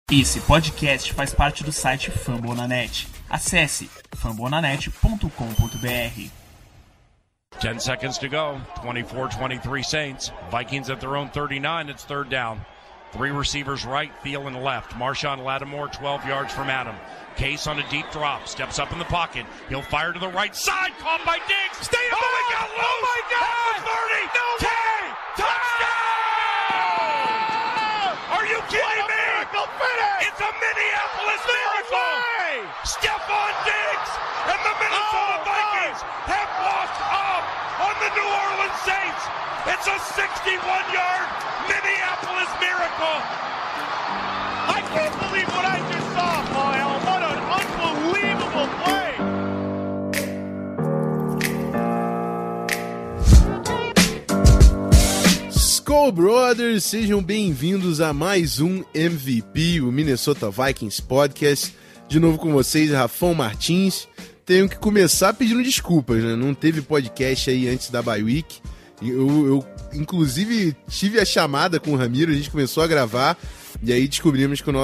Esse podcast faz parte do site Fambonanet. Acesse fambonanet.com.br. 10 seconds to go. 24-23 Saints. Vikings at their own 39. It's third down. Three receivers right, Thielen left. Marshawn Lattimore 12 yards from Adam. Case on a deep drop. Steps up in the pocket. He'll fire to the right side. Caught by Diggs. Stay up. Oh, he got loose. Oh, my God. 30. No way. Touchdown. Are you kidding me? It's a Minneapolis miracle. Stephon Diggs and the Minnesota Vikings have walked up on the New Orleans Saints. It's a 61-yard Minneapolis miracle. I can't believe what I just saw, Paul Allen. What an unbelievable play. Skol Brothers, sejam bem-vindos a mais um MVP, o Minnesota Vikings Podcast. De novo com vocês, Rafão Martins. Tenho que começar pedindo desculpas, né? Não teve podcast aí antes da bye week. Eu inclusive, tive a chamada com o Ramiro, a gente começou a gravar, e aí descobrimos que o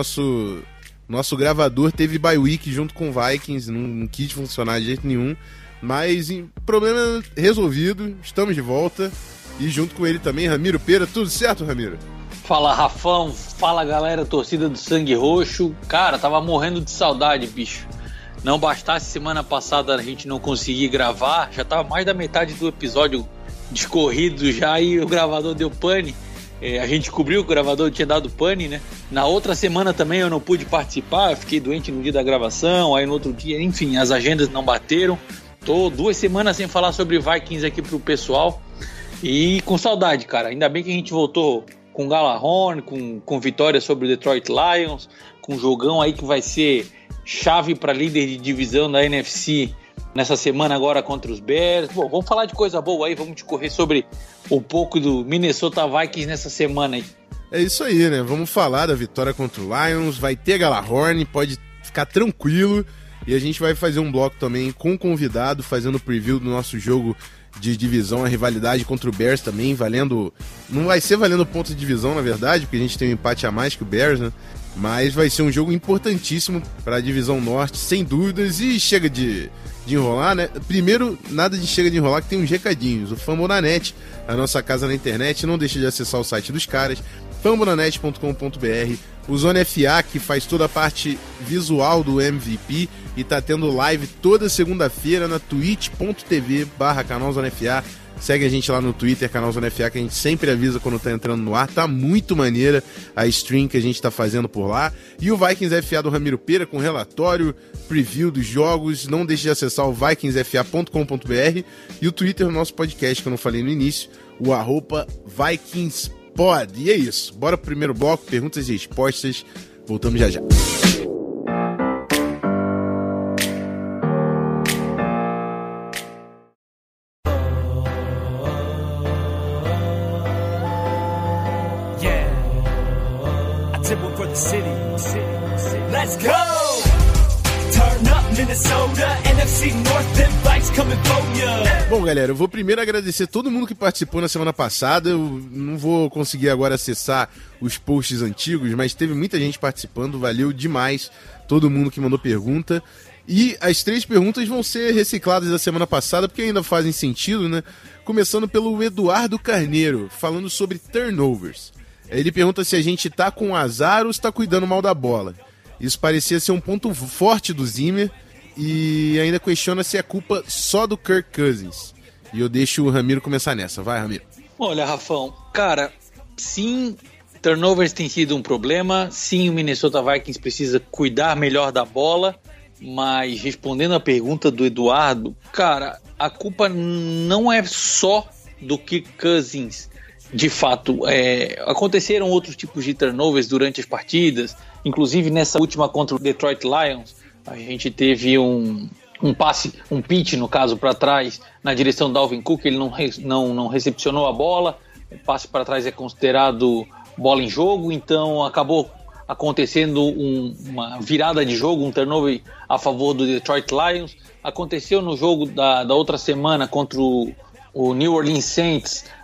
nosso gravador teve bye week junto com o Vikings, não quis funcionar de jeito nenhum, mas problema resolvido, estamos de volta, e junto com ele também, Ramiro Pera. Tudo certo, Ramiro? Fala, Rafão, fala galera, torcida do Sangue Roxo. Cara, tava morrendo de saudade, bicho. Não bastasse semana passada a gente não conseguir gravar, já tava mais da metade do episódio descorrido já e o gravador deu pane. A gente descobriu que o gravador tinha dado pane, né? Na outra semana também eu não pude participar, eu fiquei doente no dia da gravação, aí no outro dia, enfim, as agendas não bateram. Tô 2 semanas sem falar sobre Vikings aqui pro pessoal e com saudade, cara. Ainda bem que a gente voltou com Gallahorn, com vitória sobre o Detroit Lions, com um jogão aí que vai ser chave para líder de divisão da NFC nessa semana agora contra os Bears. Bom, vamos falar de coisa boa aí, vamos discorrer sobre um pouco do Minnesota Vikings nessa semana aí. É isso aí, né? Vamos falar da vitória contra o Lions, vai ter Gallahorn, pode ficar tranquilo, e a gente vai fazer um bloco também com o convidado, fazendo o preview do nosso jogo de divisão, a rivalidade contra o Bears também, valendo... Não vai ser valendo ponto de divisão, na verdade, porque a gente tem um empate a mais que o Bears, né? Mas vai ser um jogo importantíssimo para a divisão norte, sem dúvidas, e chega de enrolar, né? Primeiro, nada de chega de enrolar, que tem uns recadinhos. O Fambonanet, a nossa casa na internet, não deixa de acessar o site dos caras, fambonanet.com.br. O Zona FA, que faz toda a parte visual do MVP e tá tendo live toda segunda-feira na twitch.tv/canal Zona FA. Segue a gente lá no Twitter, canal Zona FA, que a gente sempre avisa quando tá entrando no ar. Tá muito maneira a stream que a gente tá fazendo por lá. E o Vikings FA do Ramiro Pera, com relatório, preview dos jogos. Não deixe de acessar o vikingsfa.com.br e o Twitter do nosso podcast, que eu não falei no início, o @VikingsPod. E é isso, bora pro primeiro bloco, perguntas e respostas. Voltamos já já. Let's go! Turn up Minnesota, NFC North, them Vikes coming for ya. Bom, galera, eu vou primeiro agradecer todo mundo que participou na semana passada. Eu não vou conseguir agora acessar os posts antigos, mas teve muita gente participando, valeu demais todo mundo que mandou pergunta. E as 3 perguntas vão ser recicladas da semana passada, porque ainda fazem sentido, né? Começando pelo Eduardo Carneiro, falando sobre turnovers. Ele pergunta se a gente tá com azar ou se tá cuidando mal da bola. Isso parecia ser um ponto forte do Zimmer, e ainda questiona se é culpa só do Kirk Cousins. E eu deixo o Ramiro começar nessa. Vai, Ramiro. Olha, Rafão, cara, sim, turnovers tem sido um problema, sim, o Minnesota Vikings precisa cuidar melhor da bola, mas respondendo a pergunta do Eduardo, cara, a culpa não é só do Kirk Cousins. De fato, aconteceram outros tipos de turnovers durante as partidas, inclusive nessa última contra o Detroit Lions, a gente teve um passe, um pitch no caso, para trás, na direção do Dalvin Cook, ele não recepcionou a bola, o passe para trás é considerado bola em jogo, então acabou acontecendo uma virada de jogo, um turnover a favor do Detroit Lions. Aconteceu no jogo da outra semana contra o New Orleans Saints,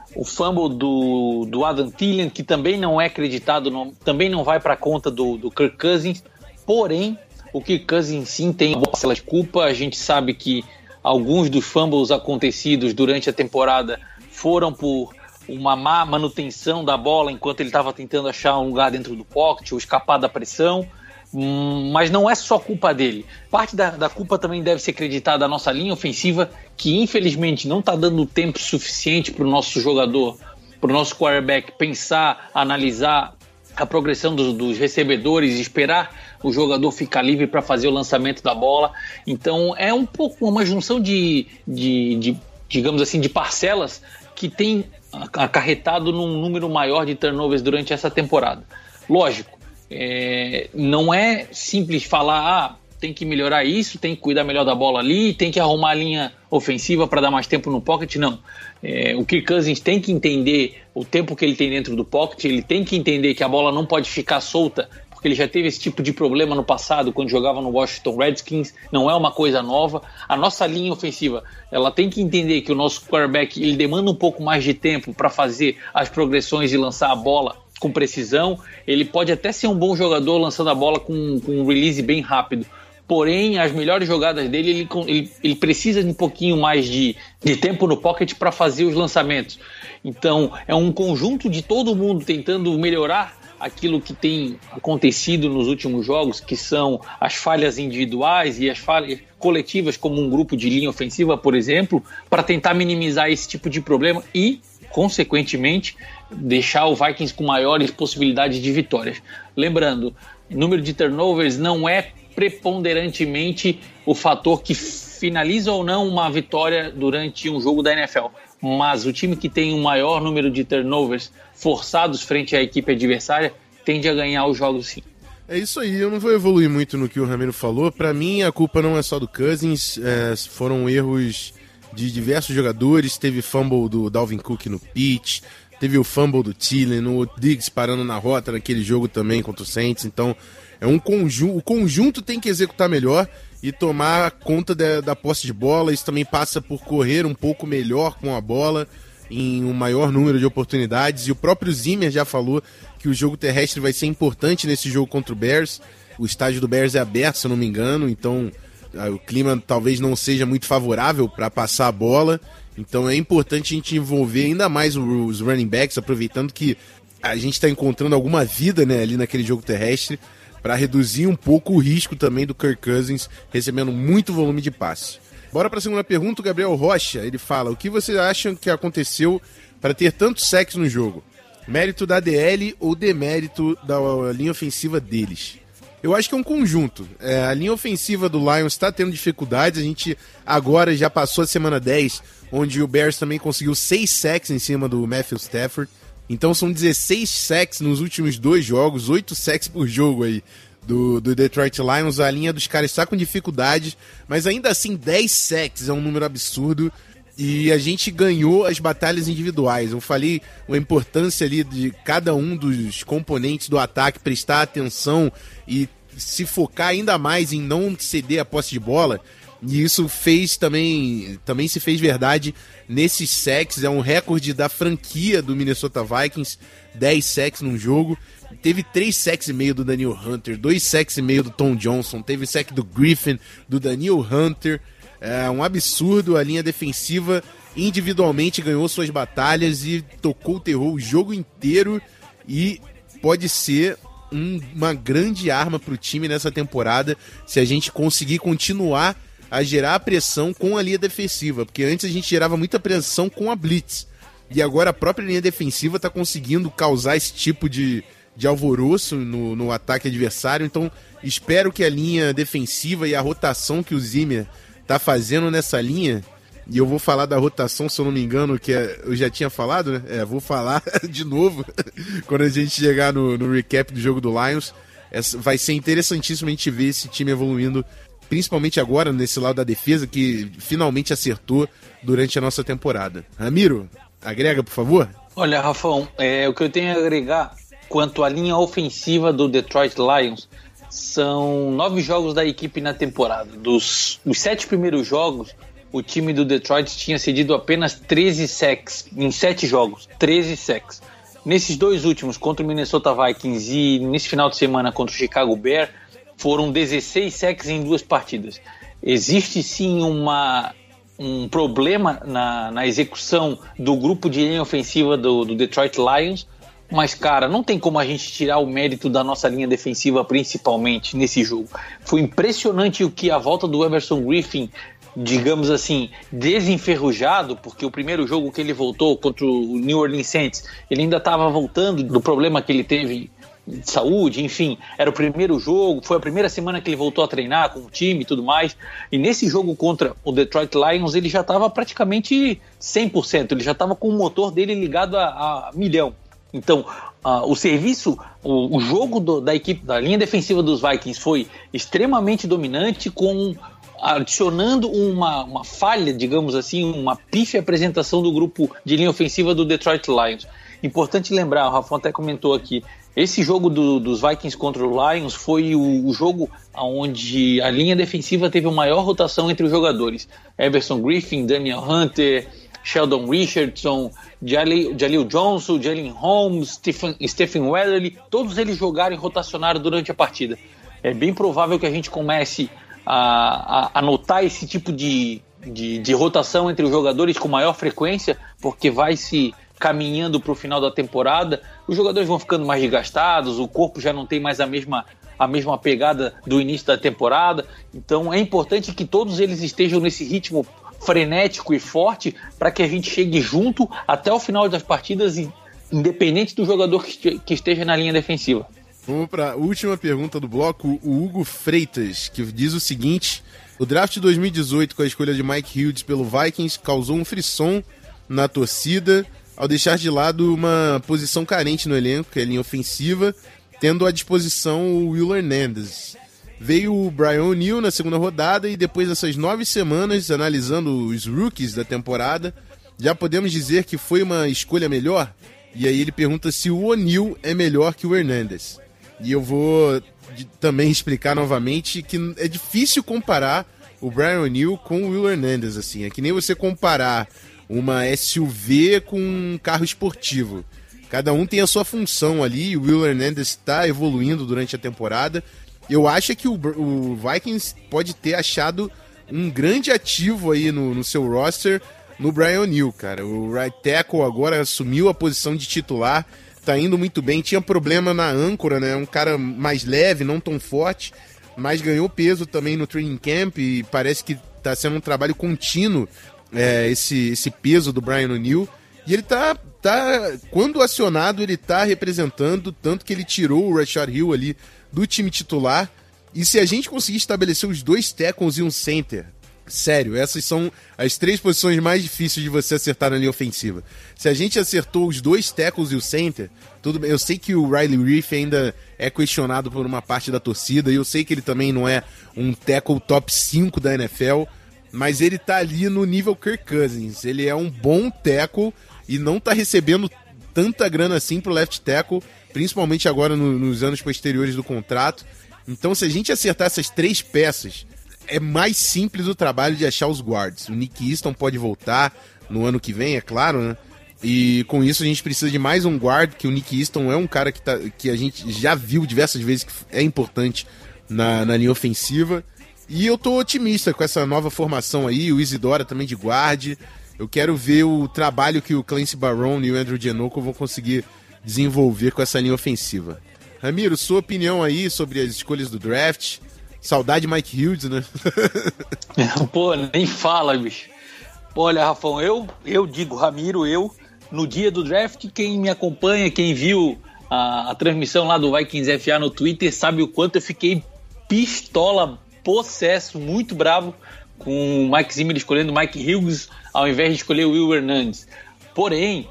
o fumble do Adam Thielen, que também não é acreditado, também não vai para a conta do Kirk Cousins, porém, o Kirk Cousins sim tem uma parcela de culpa. A gente sabe que alguns dos fumbles acontecidos durante a temporada foram por uma má manutenção da bola enquanto ele estava tentando achar um lugar dentro do pocket ou escapar da pressão, mas não é só culpa dele. Parte da culpa também deve ser acreditada à nossa linha ofensiva, que infelizmente não está dando tempo suficiente para o nosso jogador, para o nosso quarterback pensar, analisar a progressão dos recebedores, esperar o jogador ficar livre para fazer o lançamento da bola. Então é um pouco uma junção de digamos assim, de parcelas que tem acarretado num número maior de turnovers durante essa temporada. Lógico, não é simples falar, tem que melhorar isso, tem que cuidar melhor da bola ali, tem que arrumar a linha ofensiva para dar mais tempo no pocket, não. O Kirk Cousins tem que entender o tempo que ele tem dentro do pocket, ele tem que entender que a bola não pode ficar solta, porque ele já teve esse tipo de problema no passado, quando jogava no Washington Redskins, não é uma coisa nova. A nossa linha ofensiva, ela tem que entender que o nosso quarterback, ele demanda um pouco mais de tempo para fazer as progressões e lançar a bola com precisão. Ele pode até ser um bom jogador lançando a bola com um release bem rápido, porém, as melhores jogadas dele, ele precisa de um pouquinho mais de tempo no pocket para fazer os lançamentos. Então, é um conjunto de todo mundo tentando melhorar aquilo que tem acontecido nos últimos jogos, que são as falhas individuais e as falhas coletivas, como um grupo de linha ofensiva, por exemplo, para tentar minimizar esse tipo de problema e, consequentemente, deixar o Vikings com maiores possibilidades de vitórias. Lembrando, o número de turnovers não é preponderantemente o fator que finaliza ou não uma vitória durante um jogo da NFL, mas o time que tem um maior número de turnovers forçados frente à equipe adversária tende a ganhar os jogos, sim. É isso aí, eu não vou evoluir muito no que o Ramiro falou. Para mim, a culpa não é só do Cousins, foram erros de diversos jogadores. Teve fumble do Dalvin Cook no pitch, teve o fumble do Thielen, o Diggs parando na rota naquele jogo também contra o Saints. Então, o conjunto tem que executar melhor e tomar conta da posse de bola. Isso também passa por correr um pouco melhor com a bola em um maior número de oportunidades. E o próprio Zimmer já falou que o jogo terrestre vai ser importante nesse jogo contra o Bears. O estádio do Bears é aberto, se eu não me engano, então o clima talvez não seja muito favorável para passar a bola. Então é importante a gente envolver ainda mais os running backs, aproveitando que a gente está encontrando alguma vida, né, ali naquele jogo terrestre, para reduzir um pouco o risco também do Kirk Cousins recebendo muito volume de passe. Bora para a segunda pergunta. O Gabriel Rocha, ele fala: o que vocês acham que aconteceu para ter tantos sacks no jogo? Mérito da DL ou demérito da linha ofensiva deles? Eu acho que é um conjunto. A linha ofensiva do Lions está tendo dificuldades. A gente agora já passou a semana 10, onde o Bears também conseguiu 6 sacks em cima do Matthew Stafford. Então são 16 sacks nos últimos 2 jogos, 8 sacks por jogo aí do Detroit Lions. A linha dos caras está com dificuldade, mas ainda assim 10 sacks é um número absurdo. E a gente ganhou as batalhas individuais. Eu falei a importância ali de cada um dos componentes do ataque prestar atenção e se focar ainda mais em não ceder a posse de bola. E isso fez também se fez verdade nesses sacks. É um recorde da franquia do Minnesota Vikings, 10 sacks num jogo. Teve 3 sacks e meio do Daniel Hunter, 2 sacks e meio do Tom Johnson, teve sack do Griffin, do Daniel Hunter. É um absurdo. A linha defensiva individualmente ganhou suas batalhas e tocou o terror o jogo inteiro e pode ser uma grande arma para o time nessa temporada se a gente conseguir continuar a gerar a pressão com a linha defensiva, porque antes a gente gerava muita pressão com a blitz e agora a própria linha defensiva está conseguindo causar esse tipo de alvoroço no ataque adversário. Então espero que a linha defensiva e a rotação que o Zimmer tá fazendo nessa linha, e eu vou falar da rotação, se eu não me engano, que eu já tinha falado, né? Vou falar de novo quando a gente chegar no recap do jogo do Lions. Vai ser interessantíssimo a gente ver esse time evoluindo, principalmente agora nesse lado da defesa, que finalmente acertou durante a nossa temporada. Ramiro, agrega, por favor. Olha, Rafão, o que eu tenho a agregar quanto à linha ofensiva do Detroit Lions, são 9 jogos da equipe na temporada. Os 7 primeiros jogos, o time do Detroit tinha cedido apenas 13 sacks em 7 jogos. 13 sacks. Nesses 2 últimos, contra o Minnesota Vikings e nesse final de semana contra o Chicago Bears, foram 16 sacks em 2 partidas. Existe sim um problema na execução do grupo de linha ofensiva do Detroit Lions, mas, cara, não tem como a gente tirar o mérito da nossa linha defensiva, principalmente nesse jogo. Foi impressionante o que a volta do Everson Griffin, digamos assim, desenferrujado, porque o primeiro jogo que ele voltou contra o New Orleans Saints, ele ainda estava voltando do problema que ele teve de saúde, enfim, era o primeiro jogo, foi a primeira semana que ele voltou a treinar com o time e tudo mais, e nesse jogo contra o Detroit Lions ele já estava praticamente 100%, ele já estava com o motor dele ligado a milhão. Então, o serviço, o jogo da equipe, da linha defensiva dos Vikings foi extremamente dominante, adicionando uma falha, digamos assim, uma pífia apresentação do grupo de linha ofensiva do Detroit Lions. Importante lembrar, o Rafão até comentou aqui, esse jogo dos Vikings contra o Lions foi o jogo onde a linha defensiva teve a maior rotação entre os jogadores. Everson Griffin, Daniel Hunter, Sheldon Richardson, Jaleel Johnson, Jalen Holmes, Stephen Weatherly, todos eles jogaram e rotacionaram durante a partida. É bem provável que a gente comece a notar esse tipo de rotação entre os jogadores com maior frequência, porque vai se caminhando para o final da temporada, os jogadores vão ficando mais desgastados, o corpo já não tem mais a mesma pegada do início da temporada, então é importante que todos eles estejam nesse ritmo frenético e forte para que a gente chegue junto até o final das partidas, independente do jogador que esteja na linha defensiva. Vamos para a última pergunta do bloco, o Hugo Freitas, que diz o seguinte: o draft de 2018 com a escolha de Mike Hughes pelo Vikings causou um frisson na torcida ao deixar de lado uma posição carente no elenco, que é a linha ofensiva, tendo à disposição o Will Hernandez. Veio o Brian O'Neill na segunda rodada e depois dessas 9 semanas, analisando os rookies da temporada, já podemos dizer que foi uma escolha melhor? E aí ele pergunta se o O'Neill é melhor que o Hernandez. E eu vou também explicar novamente que é difícil comparar o Brian O'Neill com o Will Hernandez, assim. É que nem você comparar uma SUV com um carro esportivo. Cada um tem a sua função ali, e o Will Hernandez está evoluindo durante a temporada. Eu acho que o Vikings pode ter achado um grande ativo aí no seu roster no Brian O'Neill, cara. O right tackle agora assumiu a posição de titular, tá indo muito bem. Tinha problema na âncora, né? Um cara mais leve, não tão forte, mas ganhou peso também no training camp e parece que tá sendo um trabalho contínuo esse peso do Brian O'Neill. E ele tá, quando acionado, ele tá representando, tanto que ele tirou o Rashad Hill ali do time titular. E se a gente conseguir estabelecer os 2 tackles e um center, sério, essas são as 3 posições mais difíceis de você acertar na linha ofensiva. Se a gente acertou os 2 tackles e o center, tudo bem. Eu sei que o Riley Reiff ainda é questionado por uma parte da torcida, e eu sei que ele também não é um tackle top 5 da NFL, mas ele tá ali no nível Kirk Cousins. Ele é um bom tackle e não tá recebendo tanta grana assim pro left tackle, principalmente agora nos anos posteriores do contrato. Então, se a gente acertar essas 3 peças, é mais simples o trabalho de achar os guards. O Nick Easton pode voltar no ano que vem, é claro, né? E com isso a gente precisa de mais um guard, que o Nick Easton é um cara que a gente já viu diversas vezes que é importante na linha ofensiva. E eu tô otimista com essa nova formação aí, o Isidora também de guard. Eu quero ver o trabalho que o Clancy Barone e o Andrew Giannoco vão conseguir desenvolver com essa linha ofensiva. Ramiro, sua opinião aí sobre as escolhas do draft? Saudade Mike Hughes, né? Pô, nem fala, bicho. Pô, olha, Rafão, eu digo, Ramiro, no dia do draft, quem me acompanha, quem viu a transmissão lá do Vikings FA no Twitter, sabe o quanto eu fiquei pistola, possesso, muito bravo com o Mike Zimmer escolhendo Mike Hughes ao invés de escolher o Will Hernandez. Porém,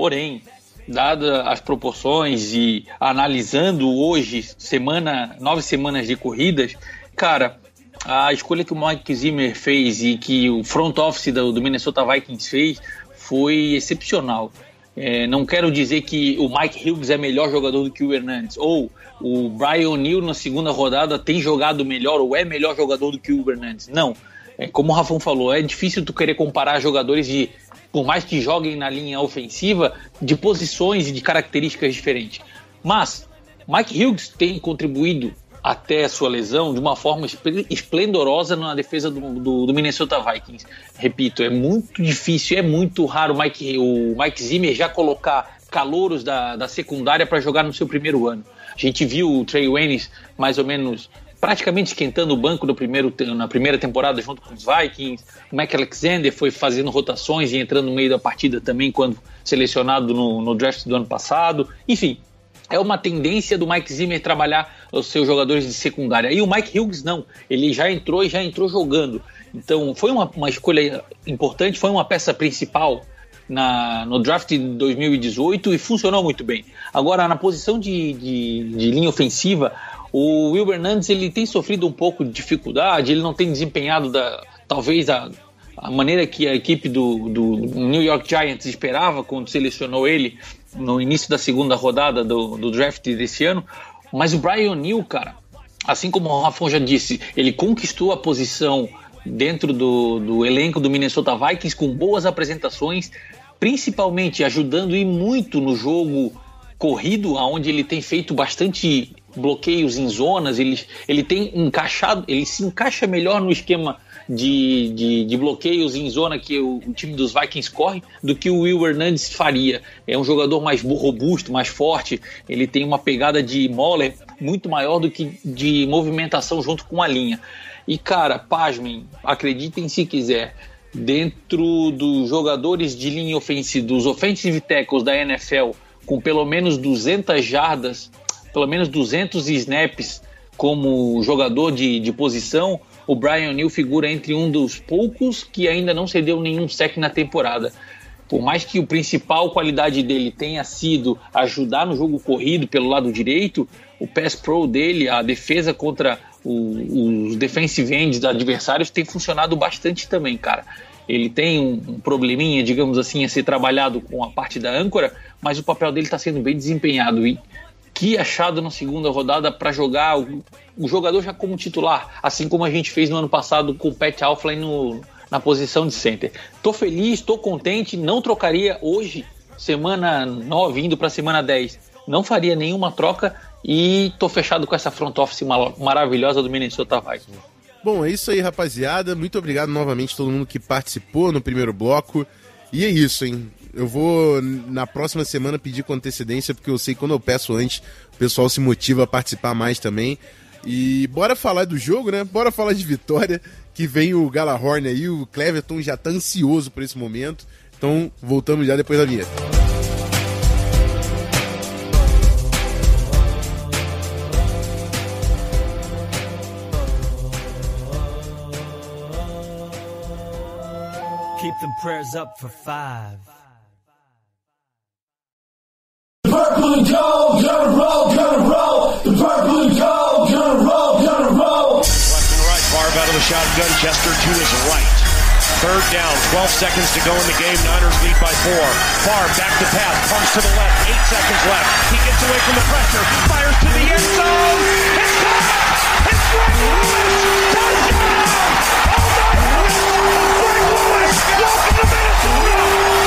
dadas as proporções e analisando hoje 9 semanas de corridas, cara, a escolha que o Mike Zimmer fez e que o front office do Minnesota Vikings fez foi excepcional. Não quero dizer que o Mike Hughes é melhor jogador do que o Hernandez, ou o Brian O'Neill na segunda rodada tem jogado melhor ou é melhor jogador do que o Hernandez. Não. como o Rafão falou, é difícil tu querer comparar jogadores por mais que joguem na linha ofensiva, de posições e de características diferentes. Mas Mike Hughes tem contribuído até a sua lesão de uma forma esplendorosa na defesa do Minnesota Vikings. Repito, é muito difícil, é muito raro o Mike Zimmer já colocar calouros da secundária para jogar no seu primeiro ano. A gente viu o Trey Waynes mais ou menos praticamente esquentando o banco na primeira temporada junto com os Vikings. O Mac Alexander foi fazendo rotações e entrando no meio da partida também quando selecionado no draft do ano passado. Enfim, é uma tendência do Mike Zimmer trabalhar os seus jogadores de secundária. E o Mike Hughes não, ele já entrou jogando. Então foi uma escolha importante, foi uma peça principal no draft de 2018 e funcionou muito bem. Agora, na posição de linha ofensiva, o Will Hernandez ele tem sofrido um pouco de dificuldade, ele não tem desempenhado talvez a maneira que a equipe do New York Giants esperava quando selecionou ele no início da segunda rodada do draft desse ano. Mas o Brian O'Neill, cara, assim como o Rafão já disse, ele conquistou a posição dentro do elenco do Minnesota Vikings com boas apresentações, principalmente ajudando e muito no jogo corrido, onde ele tem feito bastante bloqueios em zonas, ele se encaixa melhor no esquema de bloqueios em zona que o time dos Vikings corre do que o Will Hernandez faria. É um jogador mais robusto, mais forte, ele tem uma pegada de mauler muito maior do que de movimentação junto com a linha. E cara, pasmem, acreditem se quiser, dentro dos jogadores de linha ofensiva, dos offensive tackles da NFL, com pelo menos 200 jardas, pelo menos 200 snaps como jogador de posição, o Brian O'Neill figura entre um dos poucos que ainda não cedeu nenhum sack na temporada. Por mais que a principal qualidade dele tenha sido ajudar no jogo corrido pelo lado direito, o pass pro dele, a defesa contra os defensive ends adversários tem funcionado bastante também, cara. Ele tem um probleminha, digamos assim, a ser trabalhado com a parte da âncora, mas o papel dele está sendo bem desempenhado. E que achado na segunda rodada para jogar o jogador já como titular, assim como a gente fez no ano passado com o Pat Elflein na posição de center. Tô feliz, tô contente, não trocaria hoje, semana 9, indo para semana 10, não faria nenhuma troca e tô fechado com essa front office maravilhosa do Minnesota Vikings. Bom, é isso aí, rapaziada. Muito obrigado novamente a todo mundo que participou no primeiro bloco. E é isso, hein? Eu vou, na próxima semana, pedir com antecedência, porque eu sei que quando eu peço antes, o pessoal se motiva a participar mais também. E bora falar do jogo, né? Bora falar de vitória, que vem o Gallahorn aí, o Cleverton já tá ansioso por esse momento. Então, voltamos já depois da vinheta. Keep them prayers up for 5. The purple and gold, gonna roll, gonna roll. The purple and gold, gonna roll, gonna roll. Left and right, Favre out of the shotgun, Chester to his right. Third down, 12 seconds to go in the game, Niners lead by 4. Favre back to pass, comes to the left, 8 seconds left. He gets away from the pressure, fires to the end zone. It's caught! It's Greg Lewis! Touchdown! Oh my God! Greg Lewis! Welcome to Minnesota!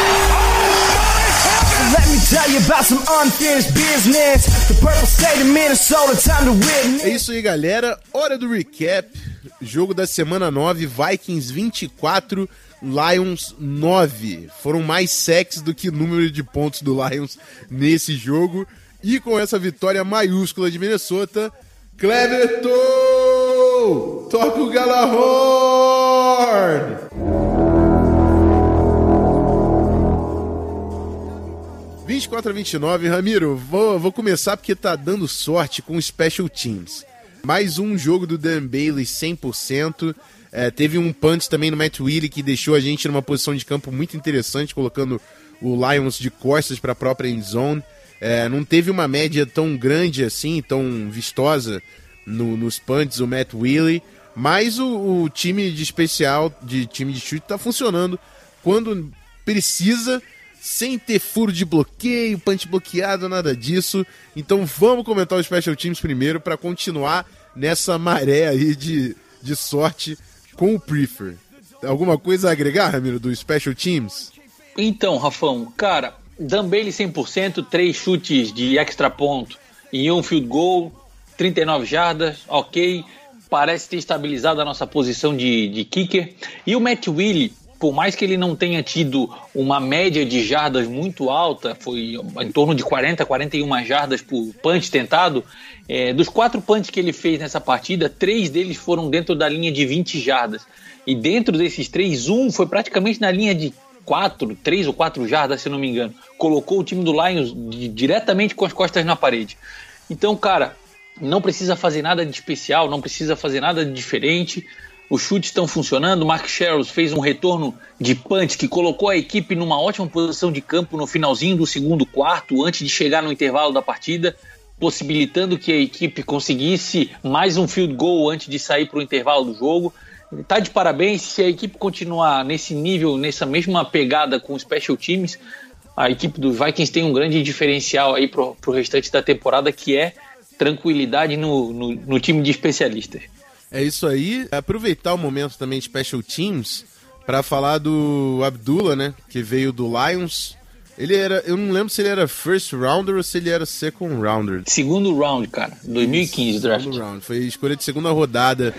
Let me tell you about some unfinished business. The purple state of Minnesota, time to witness. É isso aí, galera. Hora do recap. Jogo da semana 9, Vikings 24, Lions 9. Foram mais sacks do que o número de pontos do Lions nesse jogo. E com essa vitória maiúscula de Minnesota, Cleverton! Toca o Gallahorn! (24 a 29), Ramiro, vou começar porque tá dando sorte com o Special Teams. Mais um jogo do Dan Bailey 100%. Teve um punt também no Matt Willey que deixou a gente numa posição de campo muito interessante, colocando o Lions de costas para a própria end zone. Não teve uma média tão grande assim, tão vistosa nos punts, o Matt Willey, mas o time de especial, time de chute, tá funcionando quando precisa, sem ter furo de bloqueio, punch bloqueado, nada disso. Então vamos comentar os Special Teams primeiro para continuar nessa maré aí de sorte com o Prefer. Alguma coisa a agregar, Ramiro, do Special Teams? Então, Rafão, cara, Dan Bailey 100%, 3 chutes de extra ponto e 1 field goal, 39 jardas, ok. Parece ter estabilizado a nossa posição de kicker. E o Matt Willey, por mais que ele não tenha tido uma média de jardas muito alta, foi em torno de 40, 41 jardas por punch tentado, dos 4 punts que ele fez nessa partida, 3 deles foram dentro da linha de 20 jardas. E dentro desses 3, 1 foi praticamente na linha de 3 ou 4 jardas, se não me engano. Colocou o time do Lions diretamente com as costas na parede. Então, cara, não precisa fazer nada de especial, não precisa fazer nada de diferente. Os chutes estão funcionando. O Mark Sherrills fez um retorno de punch que colocou a equipe numa ótima posição de campo no finalzinho do segundo quarto, antes de chegar no intervalo da partida, possibilitando que a equipe conseguisse mais um field goal antes de sair para o intervalo do jogo. Tá de parabéns. Se a equipe continuar nesse nível, nessa mesma pegada com os special teams, a equipe dos Vikings tem um grande diferencial aí pro restante da temporada, que é tranquilidade no time de especialistas. É isso aí. Aproveitar o momento também de special teams para falar do Abdullah, né, que veio do Lions. Eu não lembro se ele era first rounder ou se ele era second rounder. Segundo round, cara, 2015 draft. Segundo round. Foi escolha de segunda rodada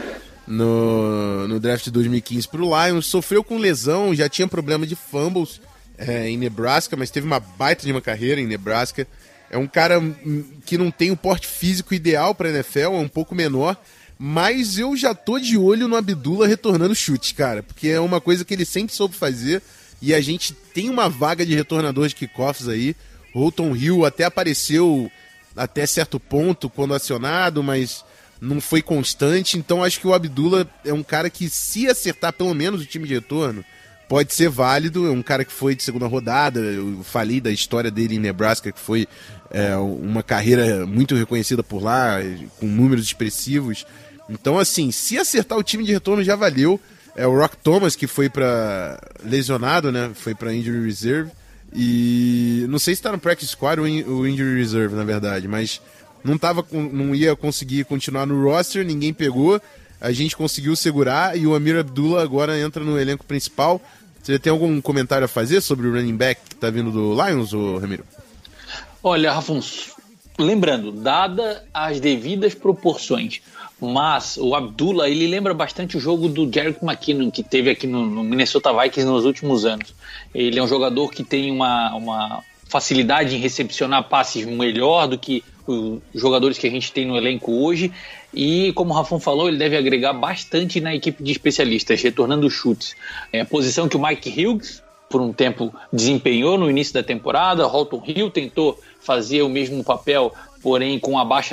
no draft de 2015 pro Lions. Sofreu com lesão, já tinha problema de fumbles em Nebraska, mas teve uma baita de uma carreira em Nebraska. É um cara que não tem o porte físico ideal para NFL, é um pouco menor, mas eu já tô de olho no Abdullah retornando chute, cara, porque é uma coisa que ele sempre soube fazer, e a gente tem uma vaga de retornador de kickoffs aí. Holton Hill até apareceu até certo ponto quando acionado, mas não foi constante. Então acho que o Abdullah é um cara que, se acertar pelo menos o time de retorno, pode ser válido. É um cara que foi de segunda rodada. Eu falei da história dele em Nebraska, que foi uma carreira muito reconhecida por lá, com números expressivos. Então, assim, se acertar o time de retorno já valeu. O Rock Thomas, que foi para lesionado, né? Foi para injury reserve. E não sei se tá no practice squad ou injury reserve, na verdade, mas não ia conseguir continuar no roster, ninguém pegou. A gente conseguiu segurar e o Ameer Abdullah agora entra no elenco principal. Você tem algum comentário a fazer sobre o running back que tá vindo do Lions, ou Ramiro? Olha, Rafonso, lembrando, dada as devidas proporções, mas o Abdullah, ele lembra bastante o jogo do Jerick McKinnon, que teve aqui no Minnesota Vikings nos últimos anos. Ele é um jogador que tem uma facilidade em recepcionar passes melhor do que os jogadores que a gente tem no elenco hoje, e como o Rafão falou, ele deve agregar bastante na equipe de especialistas, retornando chutes. É a posição que o Mike Hughes por um tempo desempenhou no início da temporada. Holton Hill tentou fazer o mesmo papel, porém com a baixa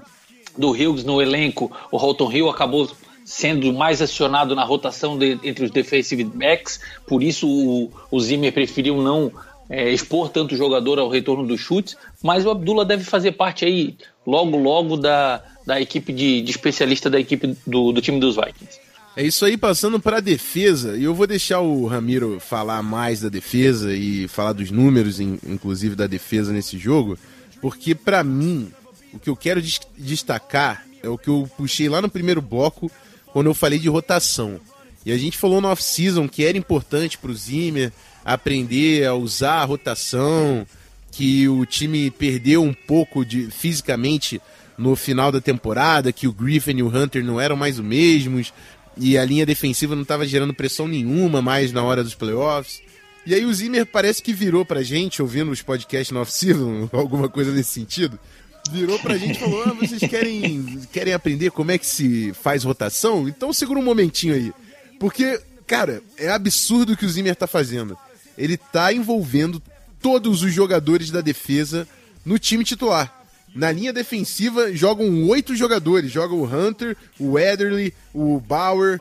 do Hughes no elenco, o Holton Hill acabou sendo mais acionado na rotação entre os defensive backs. Por isso o Zimmer preferiu não expor tanto o jogador ao retorno dos chutes, mas o Abdullah deve fazer parte aí logo da equipe de especialista da equipe do time dos Vikings. É isso aí, passando para a defesa, e eu vou deixar o Ramiro falar mais da defesa e falar dos números, inclusive da defesa nesse jogo, porque para mim, o que eu quero destacar é o que eu puxei lá no primeiro bloco, quando eu falei de rotação. E a gente falou no off-season que era importante para o Zimmer aprender a usar a rotação, que o time perdeu um pouco fisicamente no final da temporada, que o Griffin e o Hunter não eram mais os mesmos, e a linha defensiva não estava gerando pressão nenhuma mais na hora dos playoffs. E aí o Zimmer parece que virou pra gente, ouvindo os podcasts no off-season, alguma coisa nesse sentido, virou pra gente e falou: vocês querem aprender como é que se faz rotação? Então segura um momentinho aí. Porque, cara, é absurdo o que o Zimmer tá fazendo. Ele tá envolvendo todos os jogadores da defesa no time titular. Na linha defensiva jogam 8 jogadores. Joga o Hunter, o Ederle, o Bauer,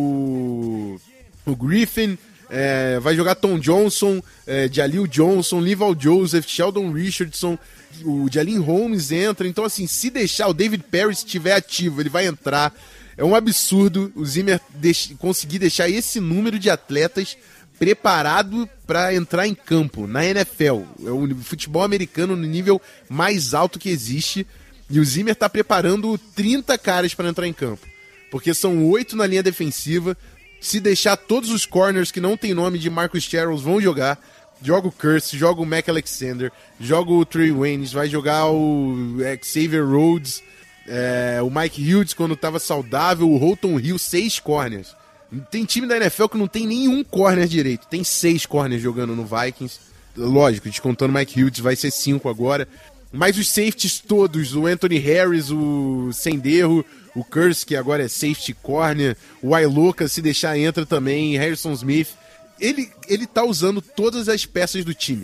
o Griffin, vai jogar Tom Johnson, Jaleel Johnson, Leval Joseph, Sheldon Richardson, o Jalen Holmes entra. Então, assim, se deixar o David Perry estiver ativo, ele vai entrar. É um absurdo o Zimmer conseguir deixar esse número de atletas preparado para entrar em campo na NFL. É o futebol americano no nível mais alto que existe, e o Zimmer está preparando 30 caras para entrar em campo. porque são 8 na linha defensiva. Se deixar, todos os corners que não tem nome de Marcus Charles vão jogar. Joga o Curse, joga o Mac Alexander, joga o Trey Waynes, vai jogar o Xavier Rhodes, o Mike Hughes quando tava saudável, o Holton Hill, 6 corners. Tem time da NFL que não tem nenhum corner direito, tem 6 corners jogando no Vikings. Lógico, descontando o Mike Hughes, vai ser 5 agora. Mas os safeties todos, o Anthony Harris, o Senderro, o Curse, que agora é safety corner, o Iloka, se deixar, entra também, Harrison Smith. Ele tá usando todas as peças do time.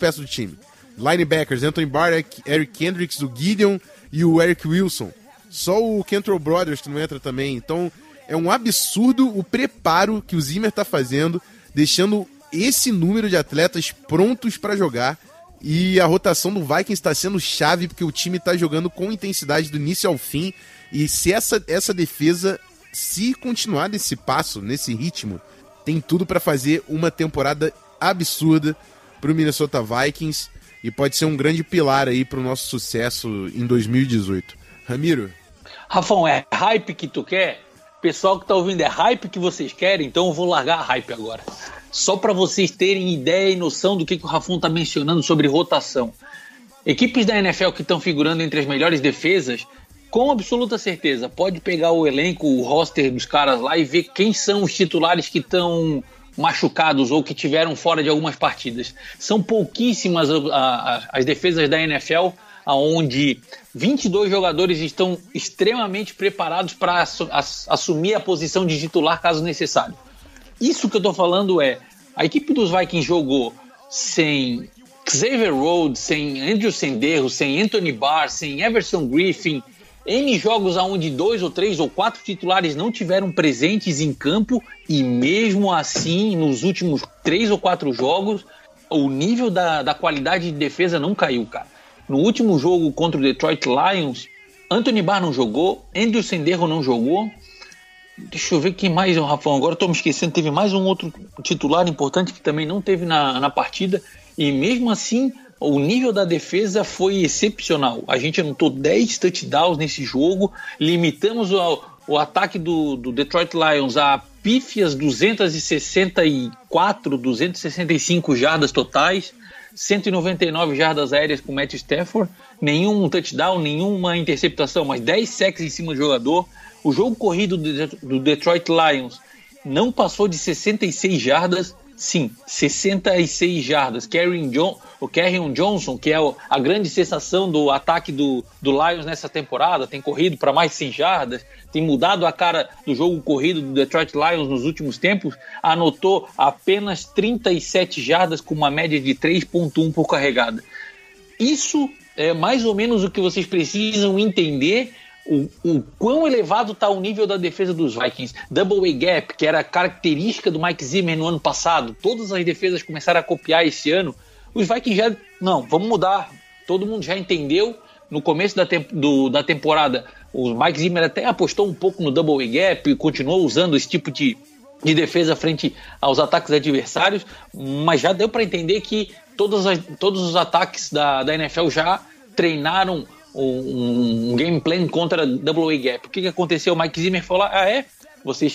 Linebackers, Anthony Barr, Eric Kendricks, o Gideon e o Eric Wilson. Só o Kentrell Brothers que não entra também. Então, é um absurdo o preparo que o Zimmer tá fazendo, deixando esse número de atletas prontos para jogar. E a rotação do Vikings está sendo chave, porque o time tá jogando com intensidade do início ao fim. E se essa defesa, se continuar nesse passo, nesse ritmo, tem tudo para fazer uma temporada absurda pro Minnesota Vikings e pode ser um grande pilar aí pro nosso sucesso em 2018. Ramiro? Rafão, é hype que tu quer? Pessoal que tá ouvindo, é hype que vocês querem? Então eu vou largar a hype agora. Só para vocês terem ideia e noção do que o Rafão tá mencionando sobre rotação. Equipes da NFL que estão figurando entre as melhores defesas, com absoluta certeza, pode pegar o elenco, o roster dos caras lá e ver quem são os titulares que estão machucados ou que tiveram fora de algumas partidas. São pouquíssimas as defesas da NFL, onde 22 jogadores estão extremamente preparados para assumir a posição de titular caso necessário. Isso que eu estou falando a equipe dos Vikings jogou sem Xavier Rhodes, sem Andrew Senderro, sem Anthony Barr, sem Everson Griffin, N jogos onde 2 ou 3 ou 4 titulares não tiveram presentes em campo e mesmo assim, nos últimos 3 ou 4 jogos, o nível da qualidade de defesa não caiu, cara. No último jogo contra o Detroit Lions, Anthony Barr não jogou, Andrew Senderro não jogou. Deixa eu ver quem mais, Rafão, agora eu tô me esquecendo, teve mais um outro titular importante que também não teve na partida e mesmo assim o nível da defesa foi excepcional. A gente anotou 10 touchdowns nesse jogo, limitamos o ataque do Detroit Lions a pífias 264, 265 jardas totais, 199 jardas aéreas com Matthew Stafford, nenhum touchdown, nenhuma interceptação, mas 10 sacks em cima do jogador. O jogo corrido do Detroit Lions não passou de 66 jardas. Sim, 66 jardas. O Kerryon Johnson, que é a grande sensação do ataque do Lions nessa temporada, tem corrido para mais de 100 jardas, tem mudado a cara do jogo corrido do Detroit Lions nos últimos tempos, anotou apenas 37 jardas com uma média de 3.1 por carregada. Isso é mais ou menos o que vocês precisam entender o quão elevado está o nível da defesa dos Vikings. Double A gap, que era a característica do Mike Zimmer no ano passado, todas as defesas começaram a copiar esse ano. Os Vikings vamos mudar. Todo mundo já entendeu. No começo da temporada, o Mike Zimmer até apostou um pouco no Double A gap e continuou usando esse tipo de defesa frente aos ataques adversários, mas já deu para entender que todos os ataques da NFL já treinaram um game plan contra Double A gap. O que aconteceu? O Mike Zimmer falou: vocês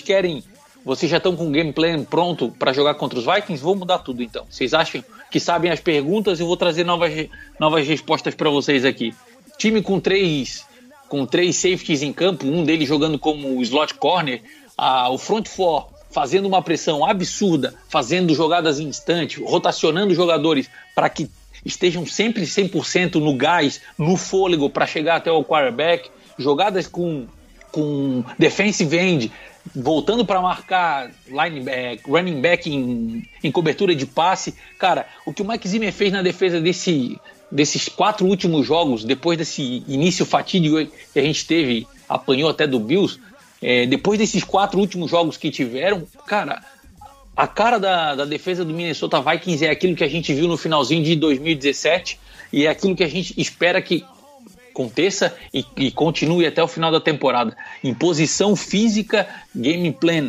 já estão com um game plan pronto para jogar contra os Vikings? Vou mudar tudo então. Vocês acham que sabem as perguntas? Eu vou trazer novas respostas para vocês aqui. Time com três safeties em campo, um deles jogando como slot corner, o front four fazendo uma pressão absurda, fazendo jogadas em instante, rotacionando jogadores para que estejam sempre 100% no gás, no fôlego para chegar até o quarterback, jogadas com defensive end, voltando para marcar running back em cobertura de passe. Cara, o que o Mike Zimmer fez na defesa desses 4 últimos jogos, depois desse início fatídico que a gente teve, apanhou até do Bills, depois desses 4 últimos jogos que tiveram, cara, a cara da defesa do Minnesota Vikings é aquilo que a gente viu no finalzinho de 2017 e é aquilo que a gente espera que aconteça e continue até o final da temporada. Imposição física, game plan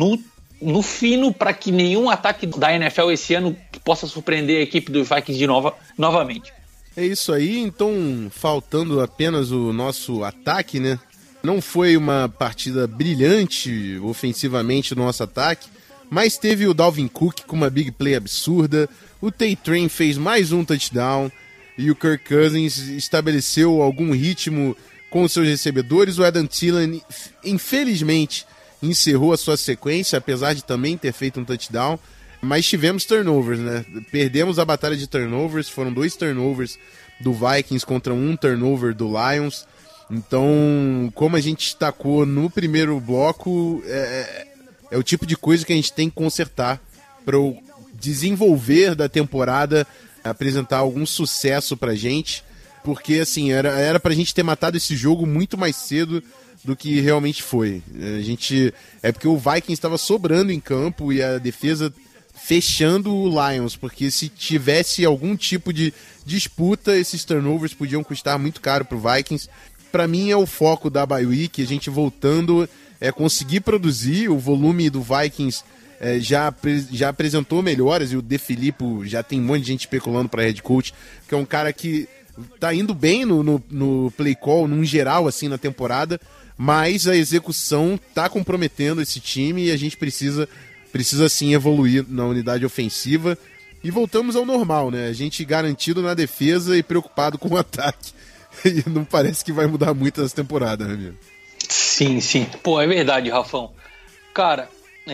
no fino, para que nenhum ataque da NFL esse ano possa surpreender a equipe dos Vikings novamente. É isso aí, então faltando apenas o nosso ataque, né? Não foi uma partida brilhante ofensivamente no nosso ataque, mas teve o Dalvin Cook com uma big play absurda, o T-Train fez mais um touchdown e o Kirk Cousins estabeleceu algum ritmo com os seus recebedores. O Adam Thielen, infelizmente, encerrou a sua sequência, apesar de também ter feito um touchdown, mas tivemos turnovers, né? Perdemos a batalha de turnovers, foram 2 turnovers do Vikings contra um turnover do Lions. Então, como a gente destacou no primeiro bloco, é o tipo de coisa que a gente tem que consertar para o desenvolver da temporada apresentar algum sucesso pra gente, porque assim, era pra gente ter matado esse jogo muito mais cedo do que realmente foi. É porque o Vikings estava sobrando em campo e a defesa fechando o Lions, porque se tivesse algum tipo de disputa, esses turnovers podiam custar muito caro pro Vikings. Pra mim é o foco da bye week, a gente voltando, conseguir produzir. O volume do Vikings já apresentou melhoras, e o De Filippo já tem um monte de gente especulando para head coach, que é um cara que tá indo bem no play call, num geral, assim, na temporada, mas a execução tá comprometendo esse time e a gente precisa sim evoluir na unidade ofensiva. E voltamos ao normal, né? A gente garantido na defesa e preocupado com o ataque. E não parece que vai mudar muito essa temporada, né, amigo? Sim. Pô, é verdade, Rafão. Cara,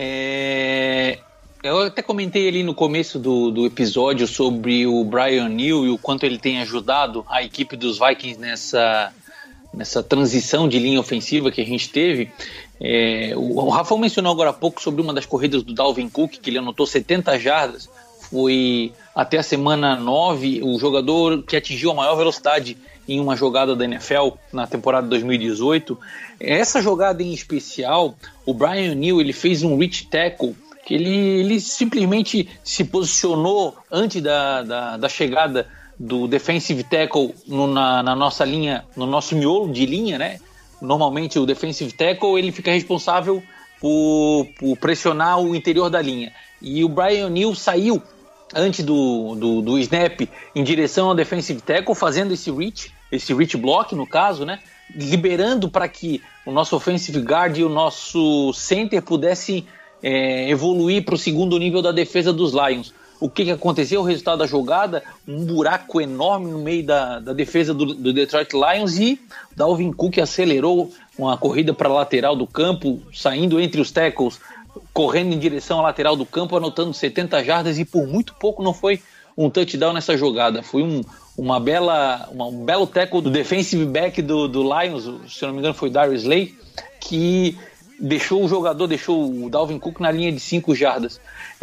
eu até comentei ali no começo do episódio sobre o Brian Neal e o quanto ele tem ajudado a equipe dos Vikings nessa transição de linha ofensiva que a gente teve. O Rafão mencionou agora há pouco sobre uma das corridas do Dalvin Cook, que ele anotou 70 jardas. Foi até a semana 9 o jogador que atingiu a maior velocidade em uma jogada da NFL na temporada 2018. Essa jogada em especial, o Brian Neal, ele fez um reach tackle, que ele simplesmente se posicionou antes da chegada do defensive tackle na nossa linha, no nosso miolo de linha, né? Normalmente o defensive tackle ele fica responsável por pressionar o interior da linha. E o Brian Neal saiu antes do snap em direção ao defensive tackle, fazendo esse reach block, no caso, né? Liberando para que o nosso offensive guard e o nosso center pudessem evoluir para o segundo nível da defesa dos Lions. O que aconteceu? O resultado da jogada, um buraco enorme no meio da defesa do Detroit Lions, e Dalvin Cook acelerou uma corrida para a lateral do campo, saindo entre os tackles, correndo em direção à lateral do campo, anotando 70 jardas, e por muito pouco não foi um touchdown nessa jogada. Foi um belo tackle do defensive back do Lions, se eu não me engano foi Darius Slay, que deixou o Dalvin Cook na linha de 5 jardas.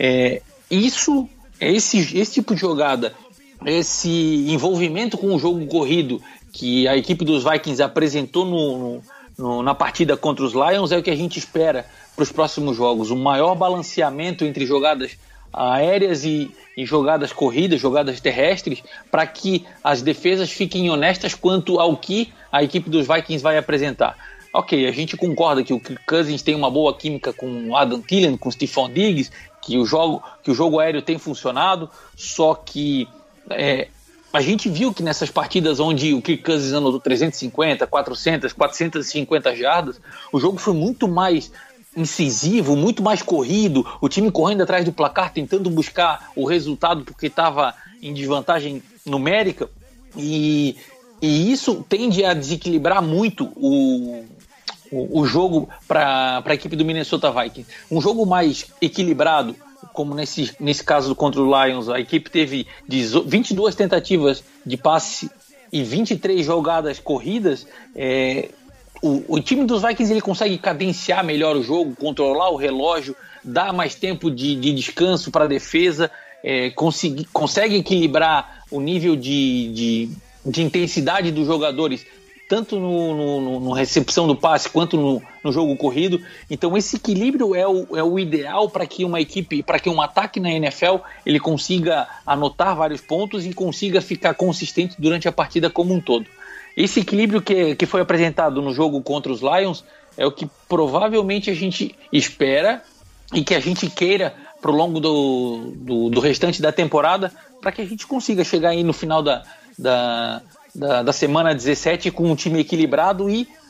Esse tipo de jogada, esse envolvimento com o jogo corrido que a equipe dos Vikings apresentou na partida contra os Lions é o que a gente espera para os próximos jogos. Um maior balanceamento entre jogadas aéreas e jogadas corridas, jogadas terrestres, para que as defesas fiquem honestas quanto ao que a equipe dos Vikings vai apresentar. Ok, a gente concorda que o Kirk Cousins tem uma boa química com o Adam Thielen, com o Stephon Diggs, que o jogo aéreo tem funcionado, só que a gente viu que nessas partidas onde o Kirk Cousins anotou 350, 400, 450 jardas, o jogo foi muito mais incisivo, muito mais corrido, o time correndo atrás do placar, tentando buscar o resultado porque estava em desvantagem numérica, e isso tende a desequilibrar muito o jogo para a equipe do Minnesota Vikings. Um jogo mais equilibrado, como nesse caso contra o Lions, a equipe teve 22 tentativas de passe e 23 jogadas corridas. O time dos Vikings ele consegue cadenciar melhor o jogo, controlar o relógio, dar mais tempo de descanso para a defesa, consegue equilibrar o nível de intensidade dos jogadores, tanto no recepção do passe quanto no jogo corrido. Então esse equilíbrio é o ideal para que uma equipe, para que um ataque na NFL ele consiga anotar vários pontos e consiga ficar consistente durante a partida como um todo. Esse equilíbrio que foi apresentado no jogo contra os Lions é o que provavelmente a gente espera e que a gente queira pro longo do restante da temporada, para que a gente consiga chegar aí no final da semana 17 com um time equilibrado e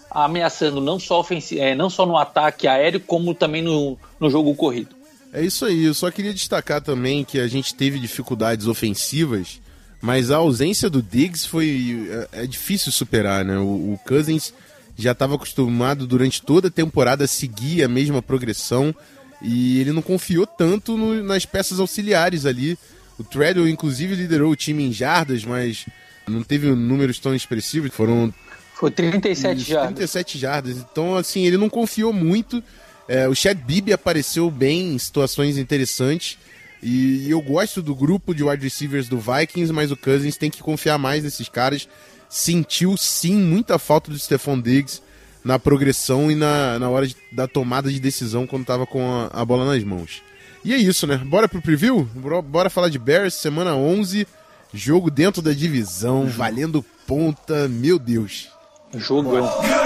ameaçando não só no ataque aéreo, como também no jogo corrido. É isso aí, eu só queria destacar também que a gente teve dificuldades ofensivas, mas a ausência do Diggs é difícil superar, né? O Cousins já estava acostumado durante toda a temporada a seguir a mesma progressão e ele não confiou tanto nas peças auxiliares ali. O Treadwell, inclusive, liderou o time em jardas, mas não teve números tão expressivos. Foi 37 jardas. 37 jardas. Então, assim, ele não confiou muito. O Chad Beebe apareceu bem em situações interessantes. E eu gosto do grupo de wide receivers do Vikings, mas o Cousins tem que confiar mais nesses caras. Sentiu, sim, muita falta do Stephon Diggs na progressão e na hora da tomada de decisão quando estava com a bola nas mãos. E é isso, né? Bora pro preview? Bora falar de Bears, semana 11, jogo dentro da divisão, valendo ponta, meu Deus. Jogão.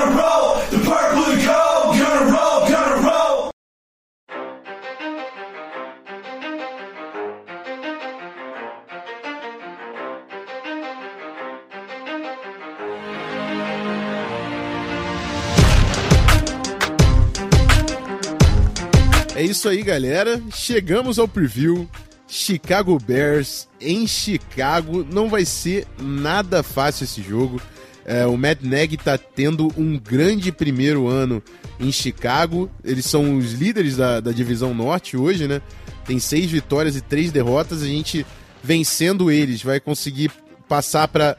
É isso aí, galera. Chegamos ao preview. Chicago Bears em Chicago. Não vai ser nada fácil esse jogo. O Matt Nagy tá tendo um grande primeiro ano em Chicago. Eles são os líderes da divisão norte hoje, né? Tem 6 vitórias e 3 derrotas. A gente, vencendo eles, vai conseguir passar para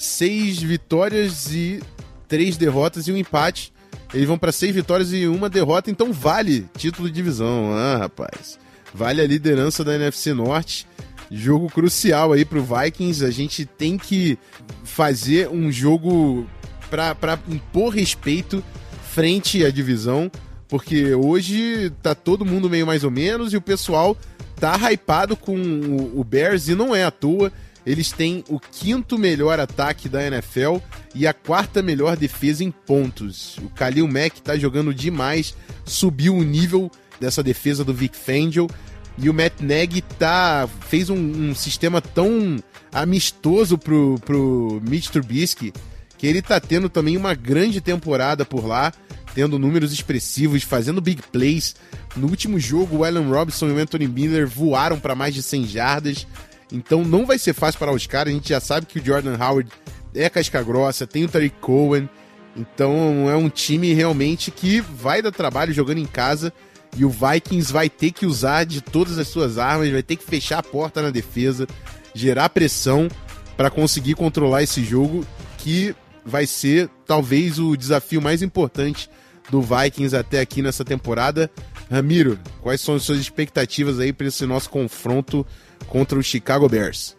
6 vitórias e 3 derrotas e um empate. Eles vão para 6 vitórias e 1 derrota, então vale título de divisão. Rapaz, vale a liderança da NFC Norte. Jogo crucial aí pro Vikings. A gente tem que fazer um jogo para impor respeito frente à divisão, porque hoje tá todo mundo meio mais ou menos e o pessoal tá hypado com o Bears e não é à toa. Eles têm o 5º melhor ataque da NFL e a 4ª melhor defesa em pontos. O Khalil Mack tá jogando demais, subiu o nível dessa defesa do Vic Fangio. E o Matt Nagy fez um sistema tão amistoso pro Mitch Trubisky que ele tá tendo também uma grande temporada por lá, tendo números expressivos, fazendo big plays. No último jogo, o Allen Robinson e o Anthony Miller voaram para mais de 100 jardas. Então não vai ser fácil para os caras. A gente já sabe que o Jordan Howard é casca grossa, tem o Tariq Cohen. Então é um time realmente que vai dar trabalho jogando em casa. E o Vikings vai ter que usar de todas as suas armas, vai ter que fechar a porta na defesa, gerar pressão para conseguir controlar esse jogo, que vai ser talvez o desafio mais importante do Vikings até aqui nessa temporada. Ramiro, quais são as suas expectativas aí para esse nosso confronto contra o Chicago Bears?